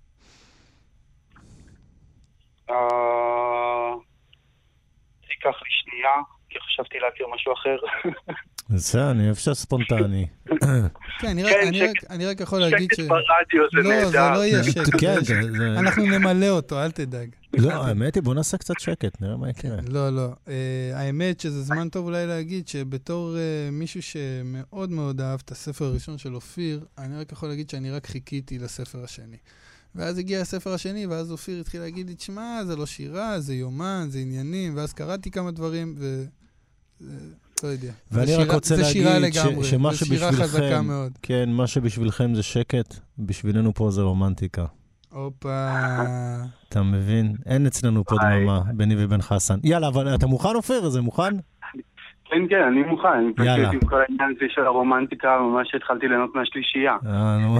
זה ייקח לי שנייה, כי חשבתי להכיר משהו אחר. זה, אני אוהב ספונטני. כן, אני רק יכול להגיד ש... שקט ברדיו זה נהדר. לא, זה לא יהיה שקט. כן, אנחנו נמלא אותו, אל תדאג. לא, האמת היא, בוא נעשה קצת שקט, נראה מה יקרה. לא, לא. האמת שזה זמן טוב אולי להגיד שבתור מישהו שמאוד מאוד אהב את הספר הראשון של אופיר, אני רק יכול להגיד שאני רק חיכיתי לספר השני. ואז הגיע הספר השני, ואז אופיר התחיל להגיד לי, תשמע, זה לא שירה, זה יומן, זה עניינים, ואז קראתי כמה דברים, ו... לא יודע. ואני רק רוצה להגיד שמה שבשבילכם, כן, מה שבשבילכם זה שקט, בשבילנו פה זה רומנטיקה. אופה. אתה מבין? אין אצלנו פה דממה, ביני ובין חסן. יאללה, אבל אתה מוכן, אופיר? זה מוכן? כן, כן, אני מוכן. אני פשוט עם כל העניין הזה של הרומנטיקה, ממש התחלתי ליהנות מהשלישייה. אה, נו.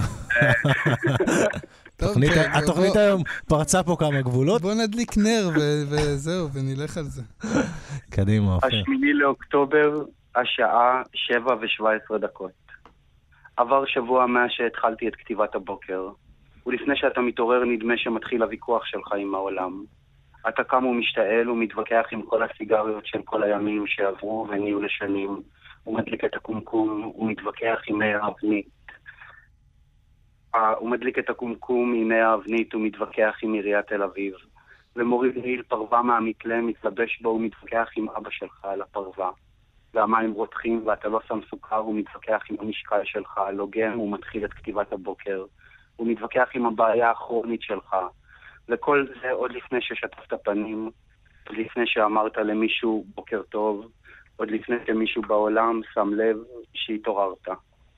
התוכנית היום פרצה פה כמה גבולות. בוא נדליק נר וזהו, ונלך על זה. קדימה, אופיר. השמיני לאוקטובר, השעה שבע ושבע עשרה דקות. עבר שבוע מאז שהתחלתי את כתיבת הבוקר, ולפני שאתה מתעורר נדמה שמתחיל הוויכוח שלך עם העולם. אתה קם ומשתעל ומתווכח עם כל הסיגריות של כל הימים שעברו ונהיו לשנים. הוא מדליק את הקומקום, הוא מתווכח עם מי האבנית. הוא מדליק את הקומקום עם מי האבנית ומתווכח עם עיריית תל אביב. ומוריד רעיל פרווה מהמתלה, מתלבש בו ומתווכח עם אבא שלך על הפרווה. והמים רותחים ואתה לא שם סוכר ומתווכח עם המשקל שלך, לוגם ומתחיל את כתיבת הבוקר. הוא מתווכח עם הבעיה הכרונית שלך. וכל זה עוד לפני ששטפת פנים, עוד לפני שאמרת למישהו בוקר טוב, עוד לפני שמישהו בעולם שם לב שהתעוררת.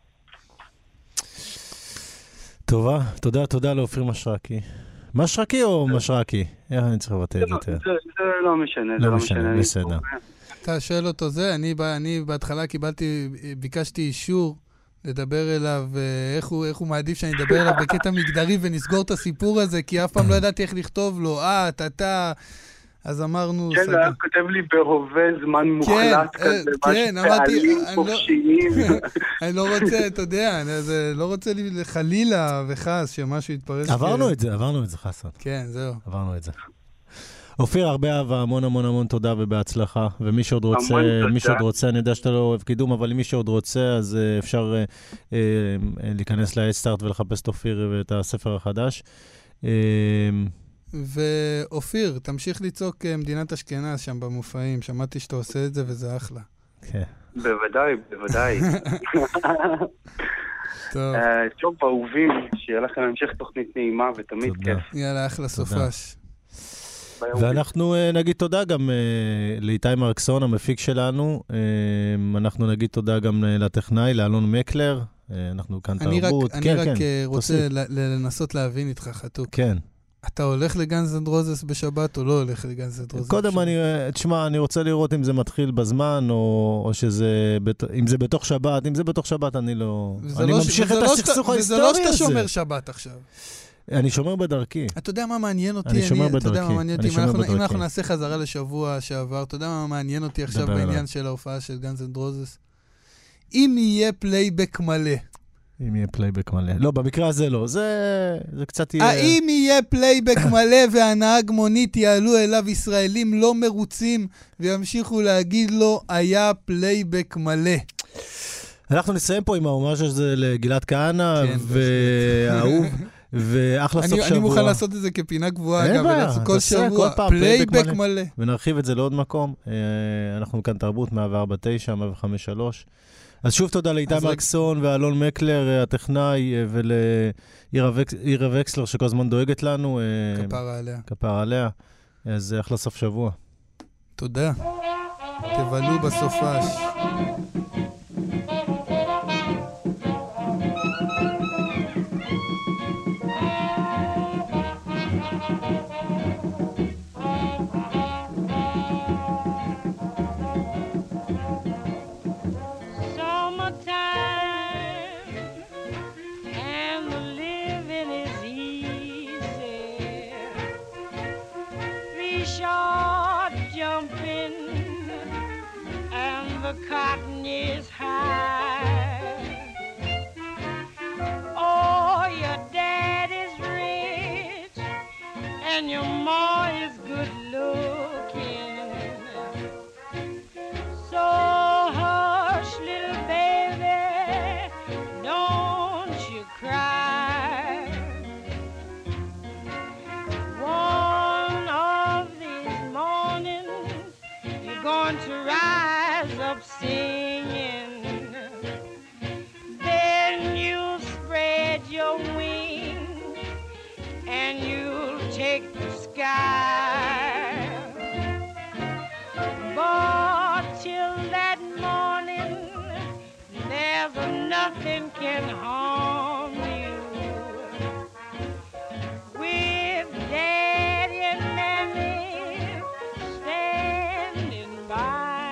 טובה, תודה, תודה לאופיר משרקי. משרקי או משרקי? איך אני צריך לבטא את זה? זה לא משנה, זה לא משנה. בסדר. אתה שואל אותו זה, אני בהתחלה קיבלתי, ביקשתי אישור לדבר אליו, איך הוא, איך הוא מעדיף שאני אדבר אליו בקטע מגדרי ונסגור את הסיפור הזה, כי אף פעם לא ידעתי איך לכתוב לו, אה, אתה, אז אמרנו... כן, הוא כותב לי בהווה זמן מוחלט כזה, כן, אמרתי, אני לא רוצה, אתה יודע, אני לא רוצה לי חלילה וחס שמשהו יתפרש. עברנו את זה, עברנו את זה, חסן. כן, זהו. עברנו את זה. אופיר, הרבה אהבה, המון המון המון תודה ובהצלחה. ומי שעוד רוצה, המון תודה. מי שעוד רוצה, אני יודע שאתה לא אוהב קידום, אבל מי שעוד רוצה, אז אה, אפשר אה, אה, להיכנס ל-Headstart ולחפש את אופיר ואת הספר החדש. אה, ואופיר, תמשיך לצעוק אה, מדינת אשכנז שם במופעים. שמעתי שאתה עושה את זה וזה אחלה. כן. בוודאי, בוודאי. טוב, אה, טוב, אהובים, שיהיה לכם המשך תוכנית נעימה ותמיד תודה. כיף. יאללה, אחלה סופש. ביי, ואנחנו אה, נגיד תודה גם אה, לאיתי מרקסון, המפיק שלנו. אה, אנחנו נגיד תודה גם אה, לטכנאי, לאלון מקלר. אה, אנחנו כאן אני רק, תרבות. אני כן, רק כן, אה, רוצה תוסיף. ל- ל- לנסות להבין איתך, חתוק. כן. אתה הולך לגאנז אנד רוזס בשבת או לא הולך לגאנז אנד רוזס? קודם בשבת? אני, אה, תשמע, אני רוצה לראות אם זה מתחיל בזמן, או, או שזה, בת- אם זה בתוך שבת. אם זה בתוך שבת, אני לא... וזה אני לא ש- ממשיך וזה את לא הסכסוך שאתה- ההיסטורי וזה הזה. לא שאתה שומר שבת עכשיו. אני שומר בדרכי. אתה יודע מה מעניין אותי? אני שומר אתה יודע בדרכי, מה מעניין אני אותי? אם שומר אנחנו- אם בדרכי. אנחנו נעשה חזרה לשבוע שעבר, אתה יודע מה מעניין אותי עכשיו דבר בעניין אליי. של ההופעה של גאנז אנד רוזס? אם יהיה פלייבק מלא. אם יהיה פלייבק מלא. לא, במקרה הזה לא. זה, זה קצת יהיה... האם יהיה פלייבק מלא והנהג מונית יעלו אליו ישראלים לא מרוצים וימשיכו להגיד לו, היה פלייבק מלא? אנחנו נסיים פה עם ההומאז' הזה לגלעד כהנא, כן, והאהוב, ואחלה סוף אני, שבוע. אני מוכן לעשות את זה כפינה גבוהה, אין אגב, בעיה, ולעשות כל תעשה שבוע, כל פעם פלייבק פלייבק מלא. מלא. ונרחיב את זה לעוד מקום. אה, אנחנו כאן תרבות, מאה וארבע נקודה תשע, מאה וחמש נקודה שלוש. אז שוב תודה לאיתי אז רק- מרקסון ואלון מקלר, אה, הטכנאי, אה, ולעירה וקסלר שכל הזמן דואגת לנו. אה, כפרה עליה. כפרה עליה. אז אה, אחלה סוף שבוע. תודה. תבלו בסופש. And the living is easy. Three short jumping and the cotton is high. Oh, your dad is rich and your ma is good looking. So hush, little baby, don't you cry. One of these mornings, you're going to rise up singing. Then you'll spread your wings and you'll take the sky. But till that morning, never nothing can harm you. With Daddy and Mammy standing by.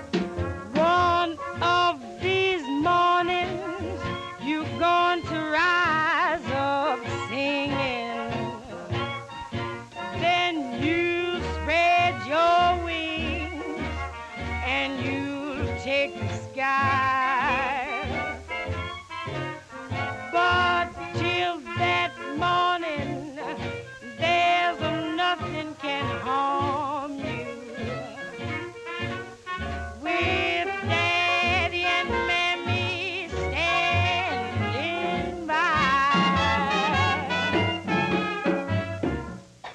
One of these mornings, you're going to rise